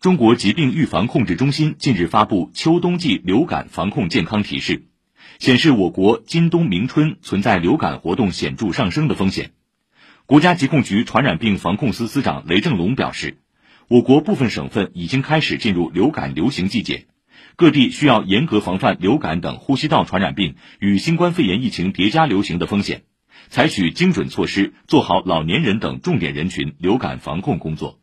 中国疾病预防控制中心近日发布秋冬季流感防控健康提示，显示我国今冬明春存在流感活动显著上升的风险。国家疾控局传染病防控司司长雷正龙表示，我国部分省份已经开始进入流感流行季节，各地需要严格防范流感等呼吸道传染病与新冠肺炎疫情叠加流行的风险，采取精准措施，做好老年人等重点人群流感防控工作。